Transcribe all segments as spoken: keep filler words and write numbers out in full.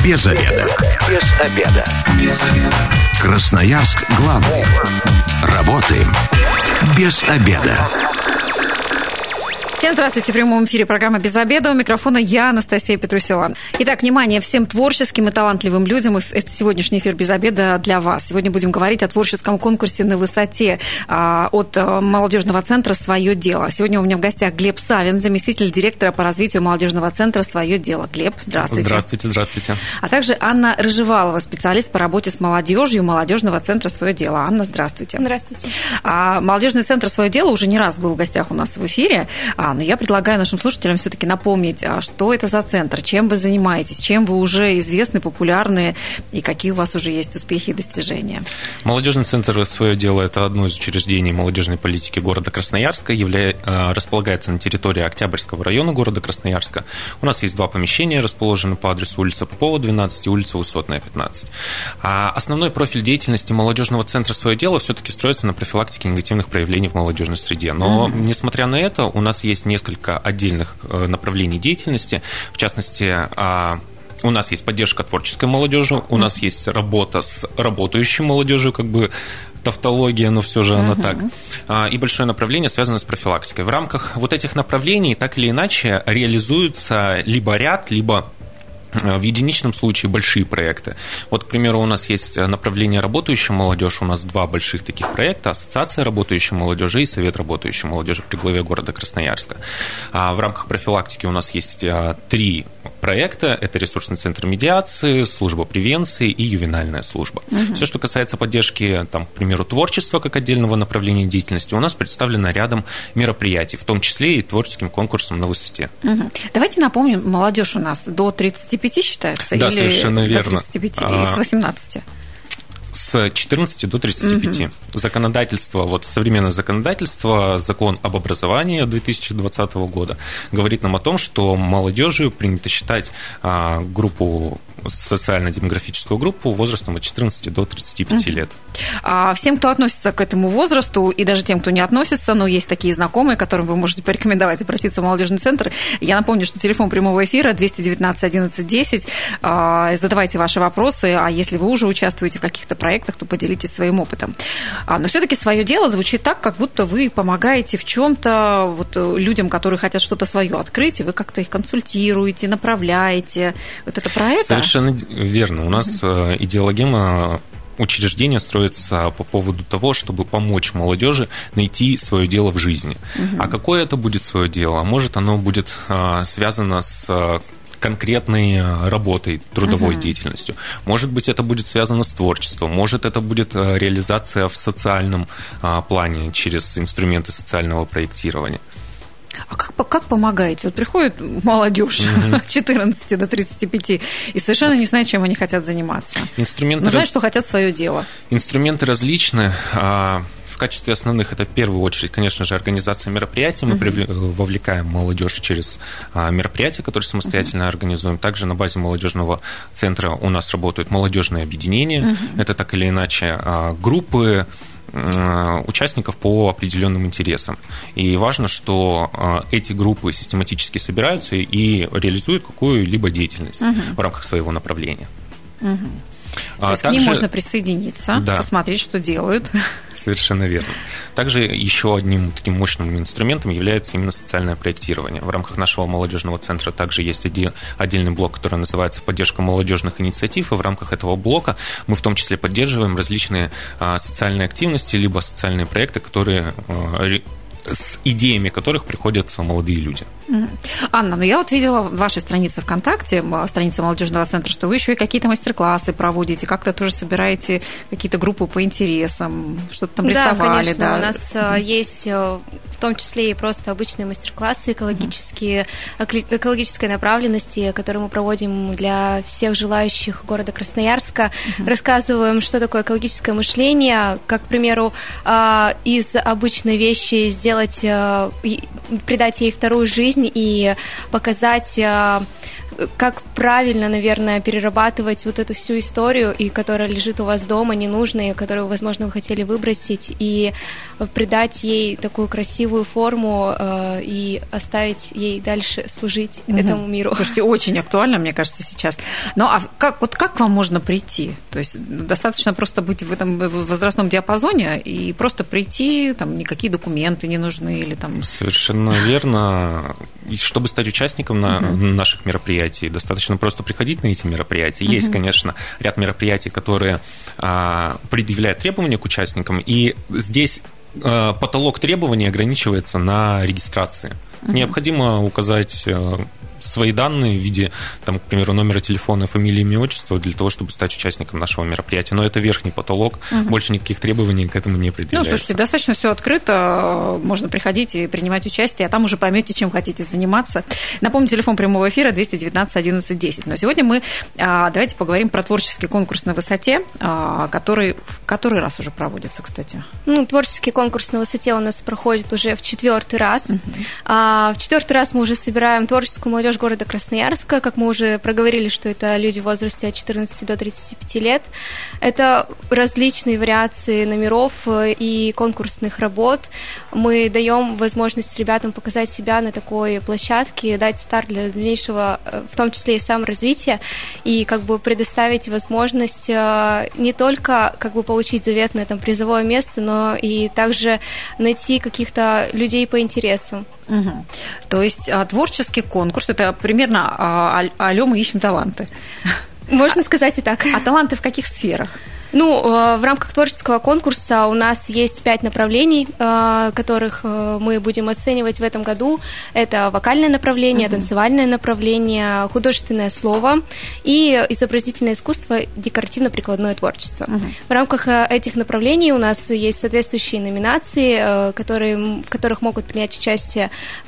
Без обеда. Без обеда. Без обеда. Красноярск главный. Работаем без обеда. Всем здравствуйте. В прямом эфире программа «Без обеда». У микрофона я, Анастасия Петрусева. Итак, внимание всем творческим и талантливым людям. Это сегодняшний эфир «Без обеда» для вас. Сегодня будем говорить о творческом конкурсе «На высоте» от молодежного центра «Свое дело». Сегодня у меня в гостях Глеб Савин, заместитель директора по развитию молодежного центра «Свое дело». Глеб, здравствуйте. Здравствуйте, здравствуйте. А также Анна Рыжевалова, специалист по работе с молодежью молодежного центра «Свое дело». Анна, здравствуйте. Здравствуйте. А молодежный центр «Свое дело» уже не раз был в гостях у нас в эфире. Но я предлагаю нашим слушателям все-таки напомнить, что это за центр, чем вы занимаетесь, чем вы уже известны, популярны и какие у вас уже есть успехи и достижения. Молодежный центр «Свое дело» – это одно из учреждений молодежной политики города Красноярска, являя, располагается на территории Октябрьского района города Красноярска. У нас есть два помещения, расположены по адресу улица Попова, двенадцать, и улица Высотная, пятнадцать. А основной профиль деятельности молодежного центра «Свое дело» все-таки строится на профилактике негативных проявлений в молодежной среде. Но, mm-hmm. несмотря на это, у нас есть несколько отдельных направлений деятельности. В частности, у нас есть поддержка творческой молодежи, у нас есть работа с работающей молодежью, как бы тавтология, но все же она uh-huh. так. И большое направление связано с профилактикой. В рамках вот этих направлений так или иначе реализуется либо ряд, либо в единичном случае большие проекты. Вот, к примеру, у нас есть направление «Работающая молодежь», у нас два больших таких проекта: Ассоциация работающей молодежи и Совет работающей молодежи при главе города Красноярска. А в рамках профилактики у нас есть три проекта: это ресурсный центр медиации, служба превенции и ювенальная служба. Угу. Все, что касается поддержки, там, к примеру, творчества как отдельного направления деятельности, у нас представлено рядом мероприятий, в том числе и творческим конкурсом «На высоте». Угу. Давайте напомним, молодежь у нас до тридцати пяти считается? Да, или совершенно верно. До тридцати пяти, или с восемнадцати? С четырнадцати до тридцати пяти. Угу. Законодательство, вот современное законодательство, закон об образовании две тысячи двадцатого года говорит нам о том, что молодежью принято считать а, группу, социально-демографическую группу возрастом от четырнадцати до тридцати пяти угу. лет. А всем, кто относится к этому возрасту, и даже тем, кто не относится, но есть такие знакомые, которым вы можете порекомендовать обратиться в молодежный центр, я напомню, что телефон прямого эфира двести девятнадцать одиннадцать десять. Задавайте ваши вопросы, а если вы уже участвуете в каких-то проектах, то поделитесь своим опытом. Но все-таки «Свое дело» звучит так, как будто вы помогаете в чем-то вот людям, которые хотят что-то свое открыть, и вы как-то их консультируете, направляете. Вот это про это? Совершенно верно. У нас uh-huh. идеологема учреждение строится по поводу того, чтобы помочь молодежи найти свое дело в жизни. Uh-huh. А какое это будет свое дело? Может, оно будет связано с конкретной работой, трудовой uh-huh. деятельностью. Может быть, это будет связано с творчеством, может, это будет реализация в социальном плане через инструменты социального проектирования. А как, как помогаете? Вот приходит молодежь mm-hmm. от четырнадцати до тридцати пяти и совершенно не знает, чем они хотят заниматься. Инструменты... Но знают, что хотят свое дело. Инструменты различны. В качестве основных это в первую очередь, конечно же, организация мероприятий. Мы uh-huh. вовлекаем молодежь через мероприятия, которые самостоятельно uh-huh. организуем. Также на базе молодежного центра у нас работают молодежные объединения. Uh-huh. Это так или иначе группы участников по определенным интересам. И важно, что эти группы систематически собираются и реализуют какую-либо деятельность uh-huh. в рамках своего направления. Uh-huh. То есть Также, к ним можно присоединиться, да, посмотреть, что делают. Совершенно верно. Также еще одним таким мощным инструментом является именно социальное проектирование. В рамках нашего молодежного центра также есть отдельный блок, который называется «Поддержка молодежных инициатив», и в рамках этого блока мы в том числе поддерживаем различные социальные активности, либо социальные проекты, которые с идеями которых приходят молодые люди. Анна, ну я вот видела в вашей странице ВКонтакте, странице молодежного центра, что вы еще и какие-то мастер-классы проводите, как-то тоже собираете какие-то группы по интересам, что-то там рисовали. Да, конечно, да. У нас есть в том числе и просто обычные мастер-классы экологические, экологической направленности, которые мы проводим для всех желающих города Красноярска. Uh-huh. Рассказываем, что такое экологическое мышление, как, к примеру, из обычной вещи сделать, придать ей вторую жизнь и показать, как правильно, наверное, перерабатывать вот эту всю историю, и которая лежит у вас дома, ненужная, которую, возможно, вы хотели выбросить, и придать ей такую красивую форму э, и оставить ей дальше служить угу. этому миру. Слушайте, очень актуально, мне кажется, сейчас. Ну, а как, вот как к вам можно прийти? То есть достаточно просто быть в этом возрастном диапазоне и просто прийти, там никакие документы не нужны или там... Совершенно верно. И чтобы стать участником на угу. наших мероприятий, достаточно просто приходить на эти мероприятия. Есть, угу. конечно, ряд мероприятий, которые а, предъявляют требования к участникам, и здесь а, потолок требований ограничивается на регистрации. Угу. Необходимо указать свои данные в виде, там, к примеру, номера телефона, фамилии, имя, отчество для того, чтобы стать участником нашего мероприятия. Но это верхний потолок, угу. больше никаких требований к этому не предъявляется. Ну, слушайте, достаточно все открыто, можно приходить и принимать участие, а там уже поймете, чем хотите заниматься. Напомню, телефон прямого эфира двести девятнадцать одиннадцать десять. Но сегодня мы давайте поговорим про творческий конкурс на высоте, который в который раз уже проводится, кстати. Ну, творческий конкурс на высоте у нас проходит уже в четвертый раз. Угу. В четвертый раз мы уже собираем творческую молодежь города Красноярска, как мы уже проговорили, что это люди в возрасте от четырнадцати до тридцати пяти лет. Это различные вариации номеров и конкурсных работ. Мы даем возможность ребятам показать себя на такой площадке, дать старт для дальнейшего, в том числе и саморазвития, и как бы предоставить возможность не только как бы получить заветное там призовое место, но и также найти каких-то людей по интересам. Угу. То есть творческий конкурс – это примерно «Алло, мы ищем таланты». Можно сказать и так. А таланты в каких сферах? Ну, в рамках творческого конкурса у нас есть пять направлений, которых мы будем оценивать в этом году. Это вокальное направление, uh-huh. танцевальное направление, художественное слово и изобразительное искусство, декоративно-прикладное творчество. Uh-huh. В рамках этих направлений у нас есть соответствующие номинации, которые, в которых могут принять участие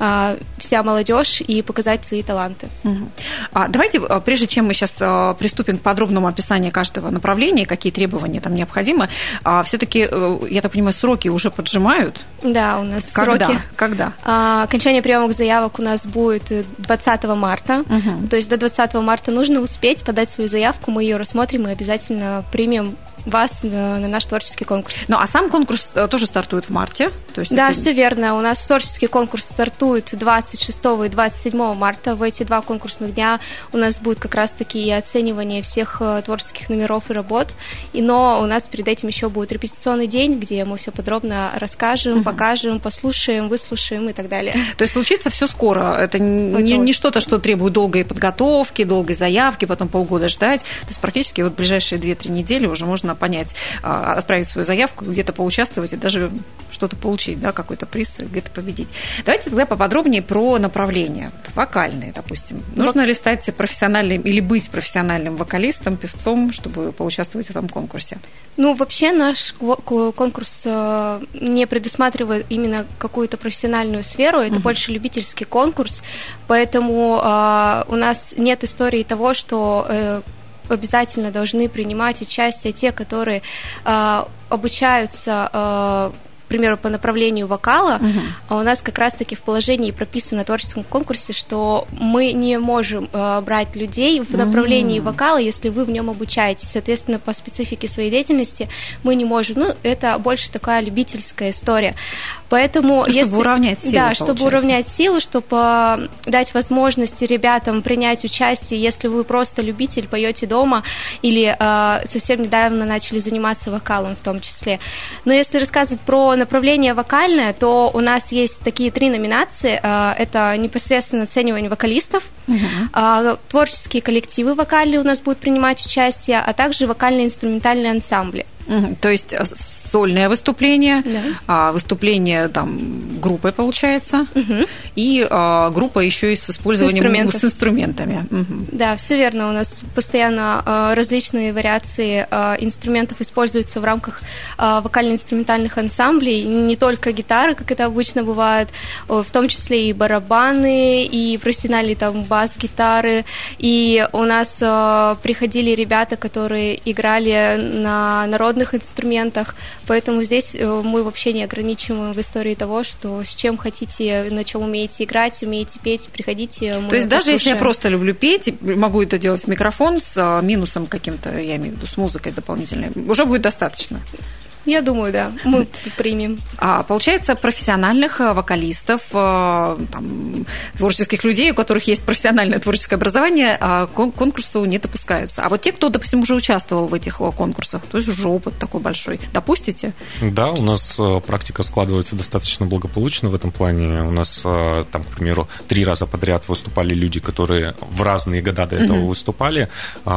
вся молодежь и показать свои таланты. Uh-huh. А давайте, прежде чем мы сейчас приступим к подробному описанию каждого направления, какие требования там необходимо, а все-таки, я так понимаю, сроки уже поджимают? Да, у нас Когда? сроки. Когда? А, окончание приемок заявок у нас будет двадцатого марта. Угу. То есть до двадцатого марта нужно успеть подать свою заявку, мы ее рассмотрим и обязательно примем вас на, на наш творческий конкурс. Ну, а сам конкурс тоже стартует в марте? То есть да, это... все верно. У нас творческий конкурс стартует двадцать шестого и двадцать седьмого марта. В эти два конкурсных дня у нас будет как раз-таки и оценивание всех творческих номеров и работ. И, но у нас перед этим еще будет репетиционный день, где мы все подробно расскажем, угу. покажем, послушаем, выслушаем и так далее. То есть случится все скоро? Это не, не что-то, что требует долгой подготовки, долгой заявки, потом полгода ждать. То есть практически вот в ближайшие две-три недели уже можно понять, отправить свою заявку, где-то поучаствовать и даже что-то получить, да, какой-то приз, где-то победить. Давайте тогда поподробнее про направления. Вокальные, допустим. Нужно Вок... ли стать профессиональным или быть профессиональным вокалистом, певцом, чтобы поучаствовать в этом конкурсе? Ну, вообще наш конкурс не предусматривает именно какую-то профессиональную сферу, это uh-huh. больше любительский конкурс, поэтому у нас нет истории того, что обязательно должны принимать участие те, которые э, обучаются, э, к примеру, по направлению вокала. Uh-huh. А у нас как раз-таки в положении прописано на творческом конкурсе, что мы не можем э, брать людей в направлении uh-huh. вокала, если вы в нем обучаетесь. Соответственно, по специфике своей деятельности мы не можем. Ну, это больше такая любительская история. Поэтому, чтобы если, уравнять силу, да, чтобы получается. уравнять силу, чтобы дать возможности ребятам принять участие, если вы просто любитель, поете дома или э, совсем недавно начали заниматься вокалом в том числе. Но если рассказывать про направление вокальное, то у нас есть такие три номинации. Э, это непосредственно оценивание вокалистов, угу. э, творческие коллективы вокальные у нас будут принимать участие, а также вокально-инструментальные ансамбли. Угу. То есть сольное выступление, да. выступление там группой, получается, угу. и а, группа еще и с использованием с, с инструментами. Угу. Да, все верно. У нас постоянно а, различные вариации а, инструментов используются в рамках а, вокально-инструментальных ансамблей. Не только гитары, как это обычно бывает, в том числе и барабаны, и профессиональные там бас-гитары. И у нас а, приходили ребята, которые играли на народных народных инструментах, поэтому здесь мы вообще не ограничиваем в истории того, что с чем хотите, на чем умеете играть, умеете петь, приходите. То есть даже если я просто люблю петь, могу это делать в микрофон с минусом каким-то, я имею в виду, с музыкой дополнительной, уже будет достаточно? Я думаю, да, мы примем. А, получается, профессиональных вокалистов, там, творческих людей, у которых есть профессиональное творческое образование, к конкурсу не допускаются. А вот те, кто, допустим, уже участвовал в этих конкурсах, то есть уже опыт такой большой, допустите? Да, у нас практика складывается достаточно благополучно в этом плане. У нас, там, к примеру, три раза подряд выступали люди, которые в разные года до этого uh-huh. выступали,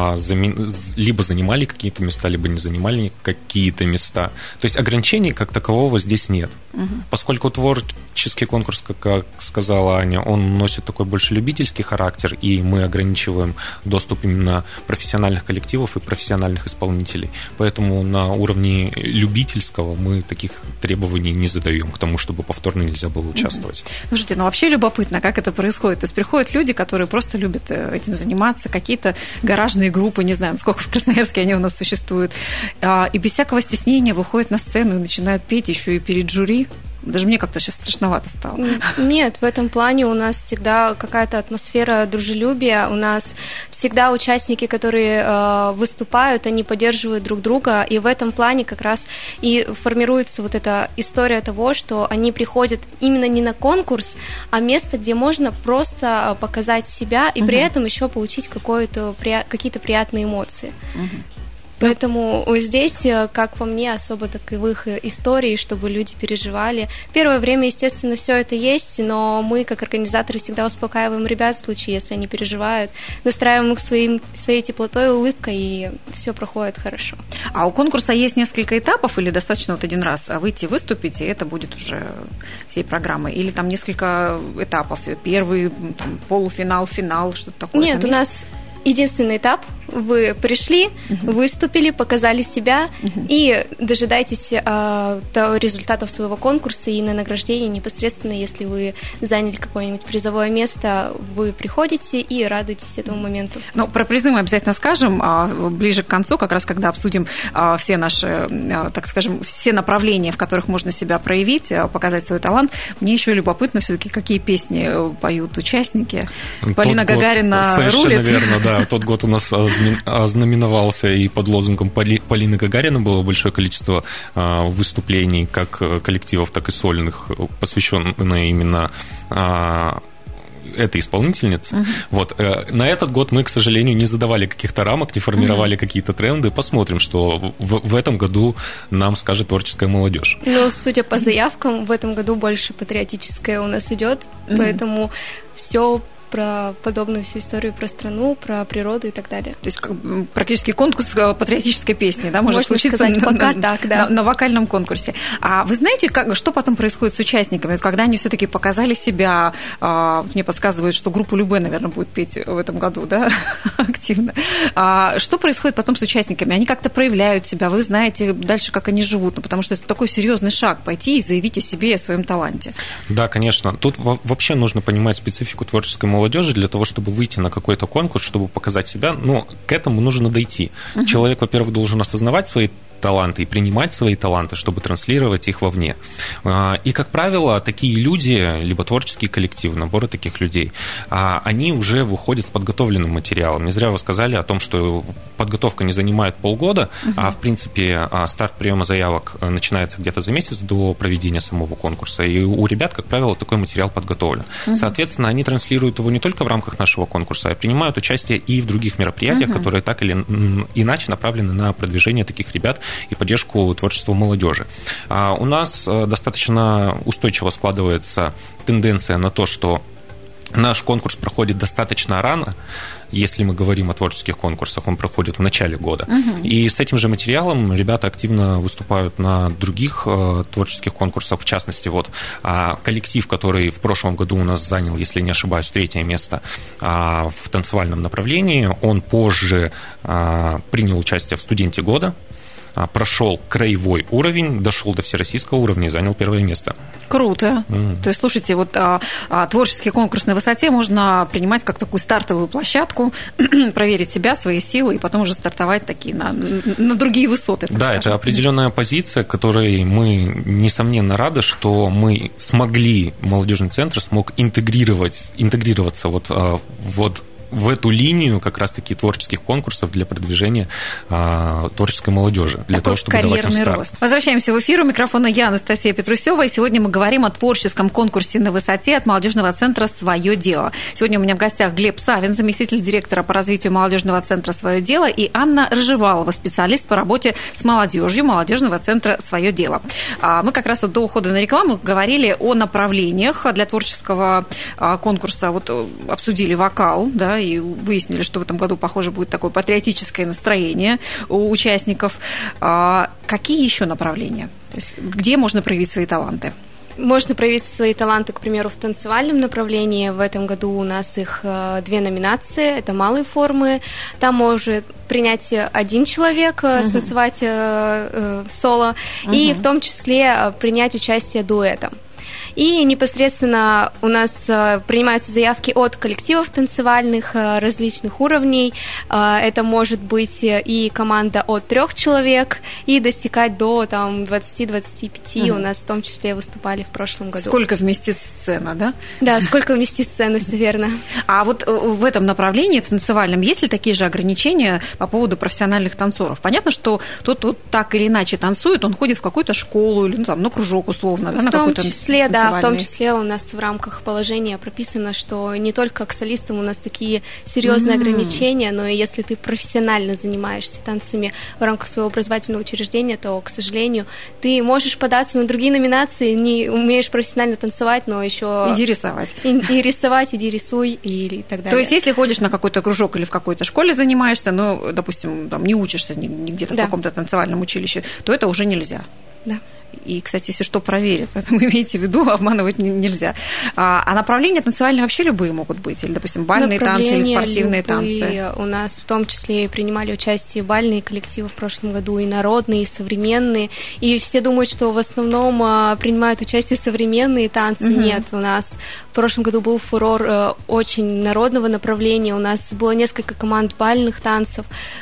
либо занимали какие-то места, либо не занимали какие-то места. То есть ограничений как такового здесь нет. Угу. Поскольку творческий конкурс, как сказала Аня, он носит такой больше любительский характер, и мы ограничиваем доступ именно профессиональных коллективов и профессиональных исполнителей. Поэтому на уровне любительского мы таких требований не задаем к тому, чтобы повторно нельзя было участвовать. Угу. Слушайте, ну вообще любопытно, как это происходит. То есть приходят люди, которые просто любят этим заниматься, какие-то гаражные группы, не знаю, сколько в Красноярске они у нас существуют, и без всякого стеснения выходят на сцену и начинают петь еще и перед жюри. Даже мне как-то сейчас страшновато стало. Нет, в этом плане у нас всегда какая-то атмосфера дружелюбия. У нас всегда участники, которые э, выступают, они поддерживают друг друга. И в этом плане как раз и формируется вот эта история того, что они приходят именно не на конкурс, а место, где можно просто показать себя и угу. при этом еще получить какое-то, какие-то приятные эмоции. Угу. Поэтому здесь, как по мне, особо таковых историй, чтобы люди переживали. Первое время, естественно, все это есть, но мы, как организаторы, всегда успокаиваем ребят в случае, если они переживают, настраиваем их своим, своей теплотой, улыбкой, и все проходит хорошо. А у конкурса есть несколько этапов или достаточно вот один раз выйти, выступить, и это будет уже всей программой? Или там несколько этапов? Первый, там, полуфинал, финал, что-то такое? Нет, у нас единственный этап. Вы пришли, uh-huh. выступили, показали себя uh-huh. и дожидайтесь а, результатов своего конкурса и на награждение непосредственно, если вы заняли какое-нибудь призовое место, вы приходите и радуетесь этому моменту. Ну, про призы мы обязательно скажем а, ближе к концу, как раз когда обсудим а, все наши, а, так скажем, все направления, в которых можно себя проявить, а, показать свой талант. Мне еще любопытно все-таки, какие песни поют участники. Тот Полина год, Гагарина рулит. Совершенно верно, да. Тот год у нас ознаменовался, и под лозунгом Полины Гагариной было большое количество выступлений, как коллективов, так и сольных, посвященных именно этой исполнительнице. Uh-huh. Вот. На этот год мы, к сожалению, не задавали каких-то рамок, не формировали uh-huh. какие-то тренды. Посмотрим, что в, в этом году нам скажет творческая молодежь. Ну, судя по заявкам, в этом году больше патриотическое у нас идет, uh-huh. поэтому все про подобную всю историю, про страну, про природу и так далее. То есть практически конкурс патриотической песни, да, может Можно случиться сказать, на, пока на, так, да. на, на вокальном конкурсе. А вы знаете, как, что потом происходит с участниками? Когда они все-таки показали себя, а, мне подсказывают, что группа Любэ, наверное, будет петь в этом году, да, активно. А, что происходит потом с участниками? Они как-то проявляют себя, вы знаете дальше, как они живут, ну, потому что это такой серьезный шаг, пойти и заявить о себе и о своем таланте. Да, конечно. Тут вообще нужно понимать специфику творческой молодежи для того, чтобы выйти на какой-то конкурс, чтобы показать себя, но к этому нужно дойти. Uh-huh. Человек, во-первых, должен осознавать свои таланты и принимать свои таланты, чтобы транслировать их вовне. И, как правило, такие люди, либо творческие коллективы, наборы таких людей, они уже выходят с подготовленным материалом. Не зря вы сказали о том, что подготовка не занимает полгода, uh-huh. а, в принципе, старт приема заявок начинается где-то за месяц до проведения самого конкурса. И у ребят, как правило, такой материал подготовлен. Uh-huh. Соответственно, они транслируют его не только в рамках нашего конкурса, а принимают участие и в других мероприятиях, uh-huh. которые так или иначе направлены на продвижение таких ребят и поддержку творчества молодежи. А у нас достаточно устойчиво складывается тенденция на то, что наш конкурс проходит достаточно рано. Если мы говорим о творческих конкурсах, он проходит в начале года. Uh-huh. И с этим же материалом ребята активно выступают на других э, творческих конкурсах. В частности, вот э, коллектив, который в прошлом году у нас занял, если не ошибаюсь, третье место э, в танцевальном направлении, он позже э, принял участие в «Студенте года». прошел краевой уровень, дошел до всероссийского уровня и занял первое место. Круто. Mm. То есть, слушайте, вот а, а, творческий конкурс на высоте можно принимать как такую стартовую площадку, проверить себя, свои силы, и потом уже стартовать такие на, на другие высоты. Да, скажем. Это определенная позиция, которой мы, несомненно, рады, что мы смогли, молодежный центр смог интегрировать, интегрироваться вот, вот в эту линию как раз-таки творческих конкурсов для продвижения а, творческой молодежи, для Такой того, чтобы давать им старт. Рост. Возвращаемся в эфир. У микрофона я, Анастасия Петрусева, и сегодня мы говорим о творческом конкурсе на высоте от молодежного центра «Свое дело». Сегодня у меня в гостях Глеб Савин, заместитель директора по развитию молодежного центра «Свое дело», и Анна Рыжевалова, специалист по работе с молодежью молодежного центра «Свое дело». Мы как раз вот до ухода на рекламу говорили о направлениях для творческого конкурса. Вот обсудили вокал, да, и выяснили, что в этом году, похоже, будет такое патриотическое настроение у участников. А какие еще направления? То есть, где можно проявить свои таланты? Можно проявить свои таланты, к примеру, в танцевальном направлении. В этом году у нас их две номинации. Это малые формы. Там может принять один человек, uh-huh. станцевать э, э, соло, uh-huh. и в том числе принять участие дуэтом. И непосредственно у нас принимаются заявки от коллективов танцевальных различных уровней. Это может быть и команда от трех человек, и достигать до там, двадцать-двадцать пять. Угу. У нас в том числе выступали в прошлом году. Сколько вместит сцена, да? Да, сколько вместит сцена, все верно. А вот в этом направлении, в танцевальном, есть ли такие же ограничения по поводу профессиональных танцоров? Понятно, что тот, кто так или иначе танцует, он ходит в какую-то школу или ну, там, на кружок условно, да, в на том какой-то числе, да, в том числе у нас в рамках положения прописано, что не только к солистам у нас такие серьезные mm-hmm. ограничения, но и если ты профессионально занимаешься танцами в рамках своего образовательного учреждения, то, к сожалению, ты можешь податься на другие номинации, не умеешь профессионально танцевать, но еще иди рисовать. И, и рисовать, иди рисуй, и так далее. То есть, если ходишь на какой-то кружок или в какой-то школе занимаешься, но, допустим, там не учишься нигде-то да. в каком-то танцевальном училище, то это уже нельзя. Да. И, кстати, если что, проверят. Поэтому имейте в виду, обманывать нельзя. А, а направления танцевальные вообще любые могут быть? Или, допустим, бальные танцы или спортивные любые. танцы? У нас в том числе и принимали участие бальные коллективы в прошлом году, и народные, и современные. И все думают, что в основном принимают участие современные танцы. Угу. Нет, у нас в прошлом году был фурор очень народного направления. У нас было несколько команд бальных танцев,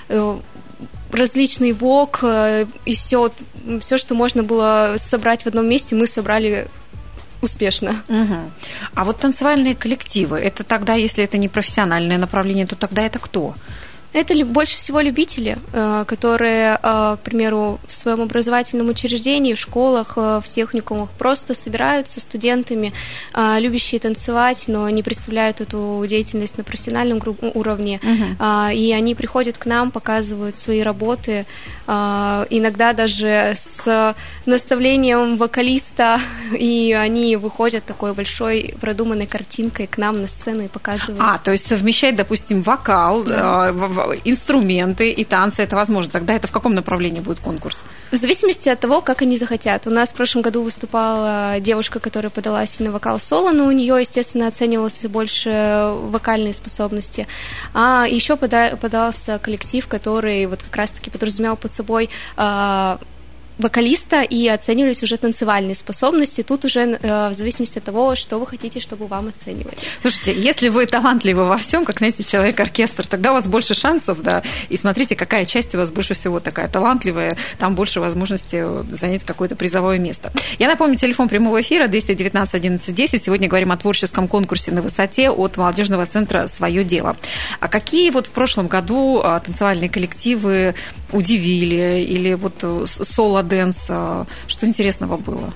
различный вок, и все, все, что можно было собрать в одном месте, мы собрали успешно. Угу. А вот танцевальные коллективы, это тогда, если это не профессиональное направление, то тогда это кто? Это больше всего любители, которые, к примеру, в своем образовательном учреждении, в школах, в техникумах просто собираются студентами, любящие танцевать, но не представляют эту деятельность на профессиональном уровне. Uh-huh. И они приходят к нам, показывают свои работы, иногда даже с наставлением вокалиста, и они выходят такой большой продуманной картинкой к нам на сцену и показывают. А, то есть совмещать, допустим, вокал, да. инструменты и танцы, это возможно. Тогда это в каком направлении будет конкурс? В зависимости от того, как они захотят. У нас в прошлом году выступала девушка, которая подалась на вокал-соло, но у нее, естественно, оценивалось больше вокальные способности. А еще подался коллектив, который вот как раз-таки подразумевал под собой вокалиста, и оценивались уже танцевальные способности. Тут уже э, в зависимости от того, что вы хотите, чтобы вам оценивали. Слушайте, если вы талантливы во всем, как, знаете, человек-оркестр, тогда у вас больше шансов, да, и смотрите, какая часть у вас больше всего такая талантливая, там больше возможности занять какое-то призовое место. Я напомню, телефон прямого эфира двести девятнадцать одиннадцать десять. Сегодня говорим о творческом конкурсе на высоте от молодежного центра «Свое дело». А какие вот в прошлом году танцевальные коллективы удивили, или вот соло дэнс, что интересного было?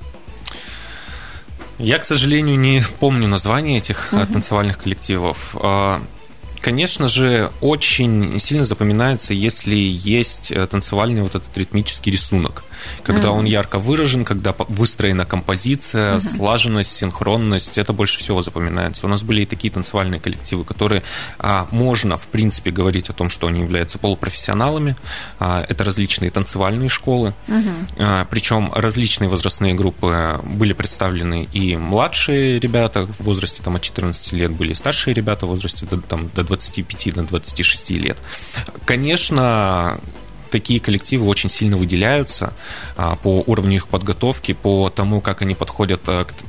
Я, к сожалению, не помню название этих uh-huh. танцевальных коллективов. Конечно же, очень сильно запоминается, если есть танцевальный вот этот ритмический рисунок, когда mm-hmm. он ярко выражен, когда выстроена композиция, mm-hmm. слаженность, синхронность, это больше всего запоминается. У нас были и такие танцевальные коллективы, которые а, можно, в принципе, говорить о том, что они являются полупрофессионалами. А, это различные танцевальные школы, mm-hmm. а, причем различные возрастные группы были представлены, и младшие ребята в возрасте там, от четырнадцати лет, были и старшие ребята в возрасте до, там, до двадцати пяти, до двадцати шести лет. Конечно, такие коллективы очень сильно выделяются по уровню их подготовки, по тому, как они подходят,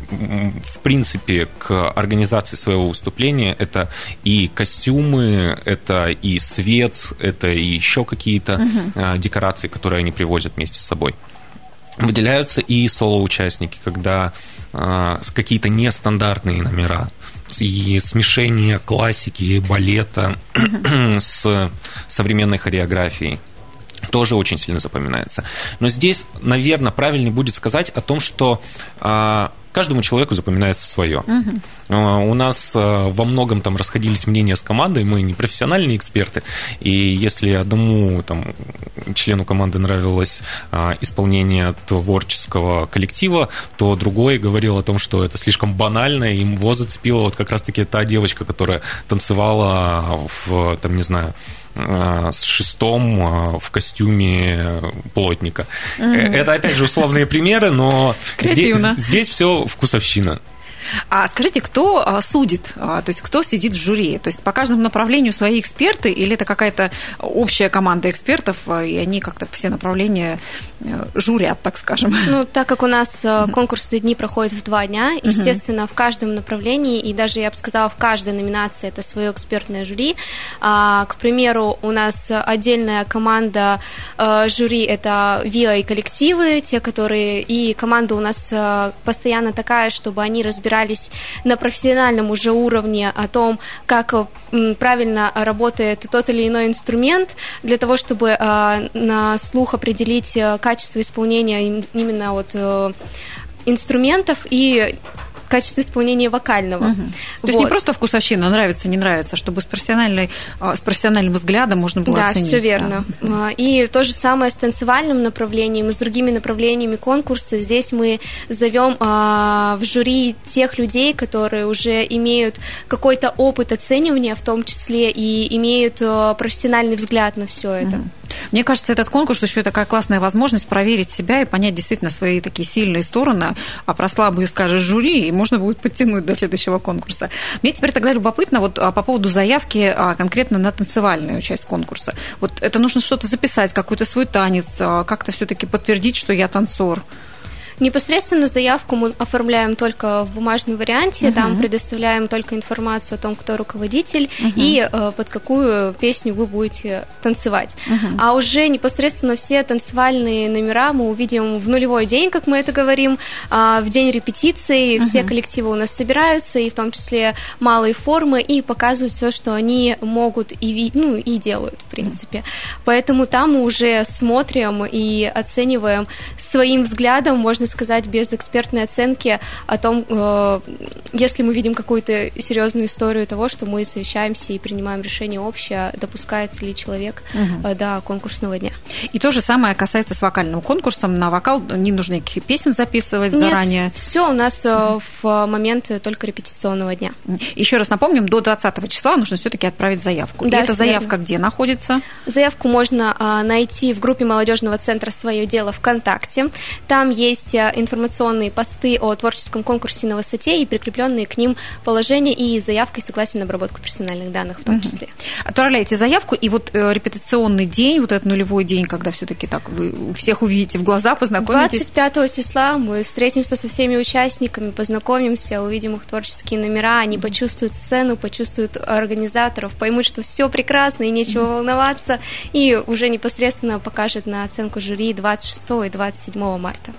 в принципе, к организации своего выступления. Это и костюмы, это и свет, это и еще какие-то uh-huh. декорации, которые они привозят вместе с собой. Выделяются и соло-участники, когда какие-то нестандартные номера, и смешение классики, балета uh-huh. с современной хореографией тоже очень сильно запоминается. Но здесь, наверное, правильнее будет сказать о том, что а, каждому человеку запоминается свое. Uh-huh. А, у нас а, во многом там расходились мнения с командой, мы не профессиональные эксперты, и если одному там, члену команды нравилось а, исполнение творческого коллектива, то другой говорил о том, что это слишком банально, и его зацепила вот как раз-таки та девочка, которая танцевала в, там, не знаю, с шестом в костюме плотника. Mm-hmm. Это, опять же, условные примеры, но здесь, здесь все вкусовщина. А скажите, кто судит, то есть кто сидит в жюри? То есть по каждому направлению свои эксперты или это какая-то общая команда экспертов, и они как-то все направления журят, так скажем? Ну, так как у нас конкурсные дни проходят в два дня, естественно, uh-huh. в каждом направлении, и даже, я бы сказала, в каждой номинации это свое экспертное жюри. К примеру, у нас отдельная команда жюри – это ви ай коллективы, те, которые… И команда у нас постоянно такая, чтобы они разбирались на профессиональном уже уровне о том, как правильно работает тот или иной инструмент, для того, чтобы на слух определить качество исполнения именно вот инструментов и качество исполнения вокального. Угу. То вот. Есть не просто вкусовщина, нравится, не нравится, чтобы с, профессиональной, с профессиональным взглядом можно было да, оценить. Все верно. Да. И то же самое с танцевальным направлением и с другими направлениями конкурса. Здесь мы зовем в жюри тех людей, которые уже имеют какой-то опыт оценивания, в том числе и имеют профессиональный взгляд на все это. Угу. Мне кажется, этот конкурс еще такая классная возможность проверить себя и понять действительно свои такие сильные стороны, а про слабые скажешь жюри, и можно будет подтянуть до следующего конкурса. Мне теперь тогда любопытно вот по поводу заявки конкретно на танцевальную часть конкурса. Вот это нужно что-то записать, какой-то свой танец, как-то все-таки подтвердить, что я танцор. Непосредственно заявку мы оформляем только в бумажном варианте, uh-huh. там предоставляем только информацию о том, кто руководитель uh-huh. и э, под какую песню вы будете танцевать. Uh-huh. А уже непосредственно все танцевальные номера мы увидим в нулевой день, как мы это говорим, э, в день репетиции. Uh-huh. Все коллективы у нас собираются, и в том числе малые формы, и показывают все, что они могут и, ну, и делают, в принципе. Uh-huh. Поэтому там мы уже смотрим и оцениваем своим взглядом, можно сказать, без экспертной оценки о том, э, если мы видим какую-то серьезную историю того, что мы совещаемся и принимаем решение общее, допускается ли человек угу. э, до конкурсного дня. И то же самое касается с вокальным конкурсом. На вокал не нужно никаких песен записывать Нет, заранее? Все у нас э, в момент только репетиционного дня. Еще раз напомним, до двадцатого числа нужно все-таки отправить заявку. Да, и эта заявка верно. Где находится? Заявку можно э, найти в группе молодежного центра «Свое дело» ВКонтакте. Там есть информационные посты о творческом конкурсе на высоте и прикрепленные к ним положения и заявка и согласие на обработку персональных данных в том числе. Отправляйте заявку, и вот репетиционный день, вот этот нулевой день, когда все-таки так вы всех увидите в глаза, познакомитесь. двадцать пятого числа мы встретимся со всеми участниками, познакомимся, увидим их творческие номера, они почувствуют сцену, почувствуют организаторов, поймут, что все прекрасно и нечего волноваться, и уже непосредственно покажет на оценку жюри двадцать шестого и двадцать седьмого марта.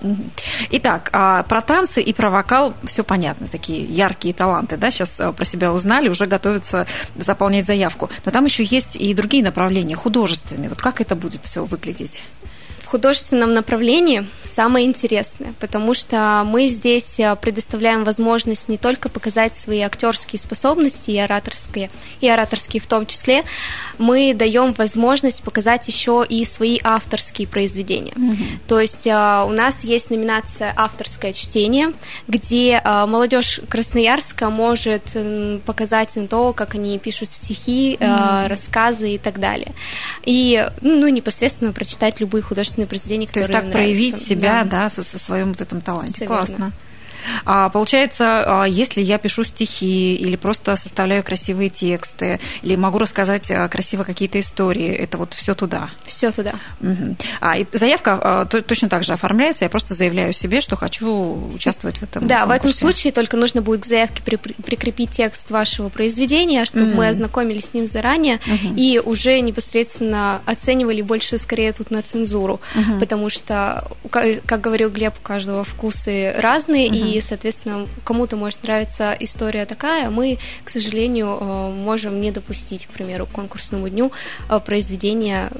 Итак, про танцы и про вокал все понятно, такие яркие таланты, да, сейчас про себя узнали, уже готовятся заполнять заявку. Но там еще есть и другие направления, художественные. Вот как это будет все выглядеть? В художественном направлении самое интересное, потому что мы здесь предоставляем возможность не только показать свои актерские способности и ораторские, и ораторские в том числе, мы даем возможность показать еще и свои авторские произведения. Mm-hmm. То есть у нас есть номинация «Авторское чтение», где молодежь Красноярска может показать то, как они пишут стихи, mm-hmm. рассказы и так далее. И ну, непосредственно прочитать любые художественные произведения, которые им нравятся. То есть так проявить себя, да, да в своем вот этом таланте. Все Классно. Верно. А, получается, если я пишу стихи или просто составляю красивые тексты, или могу рассказать красиво какие-то истории, это вот все туда? Все туда. Угу. А, и заявка точно так же оформляется, я просто заявляю себе, что хочу участвовать в этом Да, конкурсе. В этом случае только нужно будет к заявке прикрепить текст вашего произведения, чтобы mm-hmm. мы ознакомились с ним заранее mm-hmm. и уже непосредственно оценивали больше, скорее, тут на цензуру, mm-hmm. потому что, как говорил Глеб, у каждого вкусы разные, mm-hmm. и, соответственно, кому-то может нравиться история такая, мы, к сожалению, можем не допустить, к примеру, к конкурсному дню произведения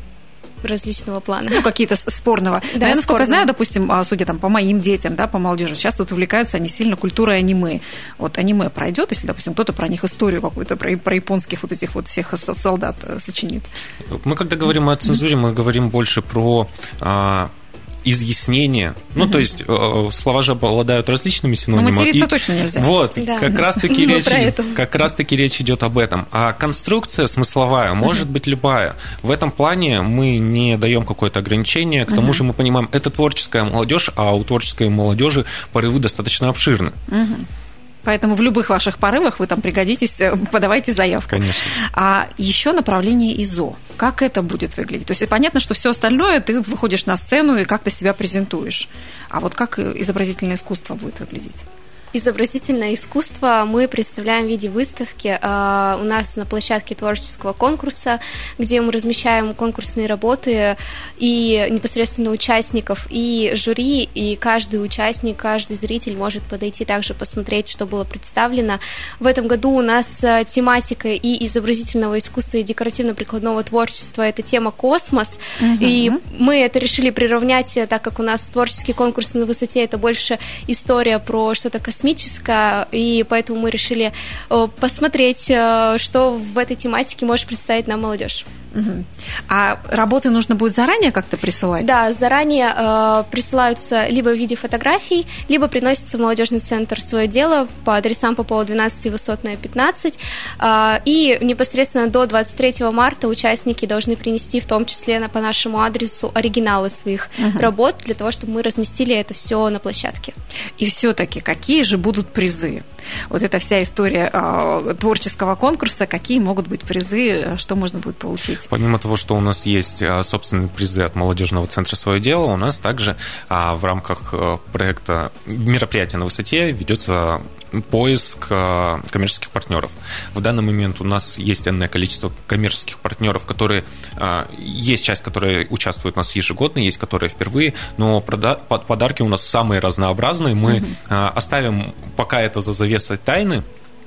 различного плана. Ну, какие-то спорного. Да, Но я, насколько спорного. знаю, допустим, судя там, по моим детям, да, по молодежи, сейчас тут увлекаются они сильно культурой аниме. Вот аниме пройдет, если, допустим, кто-то про них историю какую-то, про, про японских вот этих вот всех солдат сочинит. Мы, когда говорим о цензуре, мы говорим больше про... А... изъяснение. Ну, mm-hmm. то есть э, слова же обладают различными синонимами. Но материться и... точно нельзя. Вот, да. как раз-таки речь, как раз-таки речь идет об этом. А конструкция смысловая может mm-hmm. быть любая. В этом плане мы не даем какое-то ограничение. К тому mm-hmm. же мы понимаем, это творческая молодежь, а у творческой молодежи порывы достаточно обширны. Mm-hmm. Поэтому в любых ваших порывах вы там пригодитесь, подавайте заявку. Конечно. А еще направление ИЗО. Как это будет выглядеть? То есть понятно, что все остальное ты выходишь на сцену и как-то себя презентуешь. А вот как изобразительное искусство будет выглядеть? Изобразительное искусство мы представляем в виде выставки у нас на площадке творческого конкурса, где мы размещаем конкурсные работы и непосредственно участников, и жюри, и каждый участник, каждый зритель может подойти также посмотреть, что было представлено. В этом году у нас тематика и изобразительного искусства, и декоративно-прикладного творчества – это тема «Космос», угу. и мы это решили приравнять, так как у нас творческий конкурс на высоте – это больше история про что-то космическое, космическая, и поэтому мы решили посмотреть, что в этой тематике может представить нам молодежь. Угу. А работы нужно будет заранее как-то присылать? Да, заранее э, присылаются либо в виде фотографий, либо приносится в молодежный центр свое дело по адресам Попова двенадцать и Высотная пятнадцать. Э, и непосредственно до двадцать третьего марта участники должны принести в том числе на, по нашему адресу оригиналы своих угу. работ для того, чтобы мы разместили это все на площадке. И все-таки какие же будут призы? Вот эта вся история э, творческого конкурса, какие могут быть призы, что можно будет получить? Помимо того, что у нас есть собственные призы от молодежного центра «Свое дело», у нас также в рамках проекта «Мероприятие на высоте» ведется поиск коммерческих партнеров. В данный момент у нас есть энное количество коммерческих партнеров, которые есть часть, которые участвуют у нас ежегодно, есть которые впервые, но подарки у нас самые разнообразные. Мы mm-hmm. оставим пока это за завесой тайны,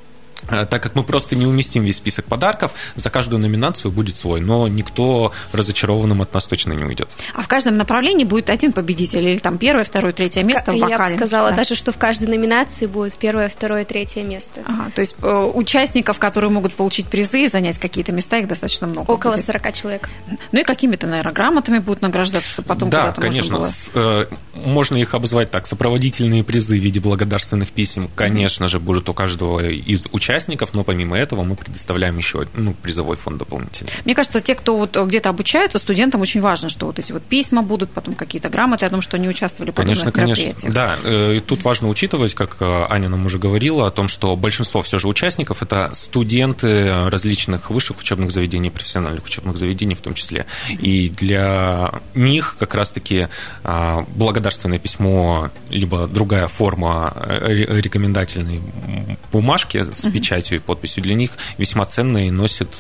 так как мы просто не уместим весь список подарков, за каждую номинацию будет свой, но никто разочарованным от нас точно не уйдет. А в каждом направлении будет один победитель, или там первое, второе, третье место в вокале? Я бы сказала да. даже, что в каждой номинации будет первое, второе, третье место. Ага, то есть участников, которые могут получить призы и занять какие-то места, их достаточно много. Около будет. сорок человек. Ну и какими-то, наверное, грамотами будут награждаться, чтобы потом да, куда-то конечно, можно было... с, э, можно их обозвать так, сопроводительные призы в виде благодарственных писем, конечно mm-hmm. же, будут у каждого из участников, но помимо этого мы предоставляем еще ну, призовой фонд дополнительный. Мне кажется, те, кто вот где-то обучаются, студентам очень важно, что вот эти вот письма будут, потом какие-то грамоты о том, что они участвовали в подобных мероприятиях. Да, и тут важно учитывать, как Аня нам уже говорила, о том, что большинство все же участников – это студенты различных высших учебных заведений, профессиональных учебных заведений в том числе. И для них как раз-таки благодарственное письмо, либо другая форма рекомендательной бумажки с печатью и подписью для них весьма ценные и носят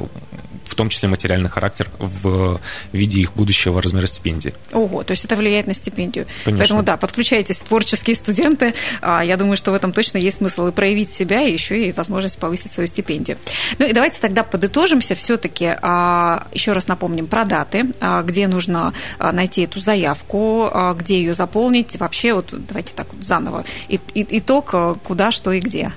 в том числе материальный характер в виде их будущего размера стипендии. Ого, то есть это влияет на стипендию. Конечно. Поэтому да, подключайтесь, творческие студенты. Я думаю, что в этом точно есть смысл и проявить себя, и еще и возможность повысить свою стипендию. Ну и давайте тогда подытожимся все-таки. Еще раз напомним про даты, где нужно найти эту заявку, где ее заполнить. Вообще, вот давайте так вот заново. Итог, куда, что и где.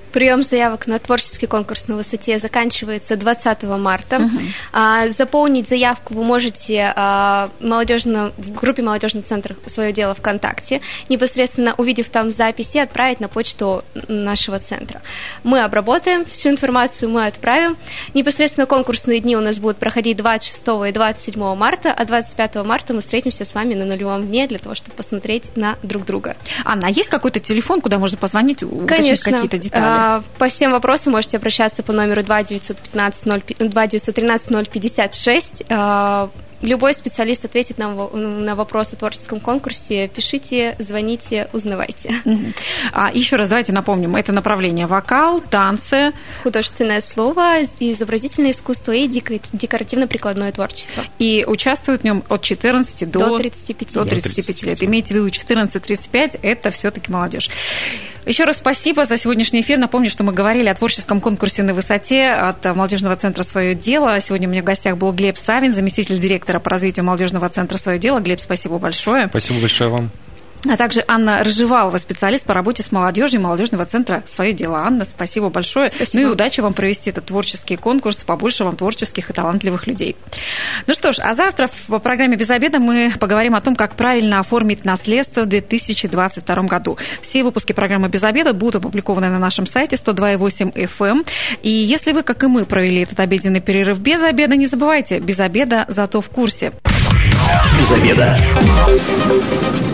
Прием заявок на творческий конкурс на высоте заканчивается двадцатого марта. Uh-huh. Заполнить заявку вы можете молодежно, в группе «Молодежный центр свое дело» ВКонтакте, непосредственно увидев там записи, отправить на почту нашего центра. Мы обработаем всю информацию, мы отправим. Непосредственно конкурсные дни у нас будут проходить двадцать шестого и двадцать седьмого марта, а двадцать пятого марта мы встретимся с вами на нулевом дне для того, чтобы посмотреть на друг друга. Анна, а есть какой-то телефон, куда можно позвонить, уточнить какие-то детали? По всем вопросам можете обращаться по номеру два девятьсот тринадцать ноль пятьдесят шесть. Любой специалист ответит нам на вопрос о творческом конкурсе. Пишите, звоните, узнавайте. А еще раз давайте напомним, это направление вокал, танцы, художественное слово, изобразительное искусство и декоративно-прикладное творчество. И участвуют в нем от четырнадцати до, до тридцати пяти до тридцати пяти лет. Имейте в виду, четырнадцать тридцать пять – это все-таки молодежь. Еще раз спасибо за сегодняшний эфир. Напомню, что мы говорили о творческом конкурсе на высоте от молодежного центра «Свое дело». Сегодня у меня в гостях был Глеб Савин, заместитель директора по развитию молодежного центра «Свое дело». Глеб, спасибо большое. Спасибо большое вам. А также Анна Рыжевалова, специалист по работе с молодежью молодежного центра «Свое дело». Анна, спасибо большое. Спасибо. Ну и удачи вам провести этот творческий конкурс, побольше вам творческих и талантливых людей. Ну что ж, а завтра в программе «Без обеда» мы поговорим о том, как правильно оформить наследство в две тысячи двадцать втором году. Все выпуски программы «Без обеда» будут опубликованы на нашем сайте сто два и восемь эф эм. И если вы, как и мы, провели этот обеденный перерыв без обеда, не забывайте, без обеда, зато в курсе. Без обеда.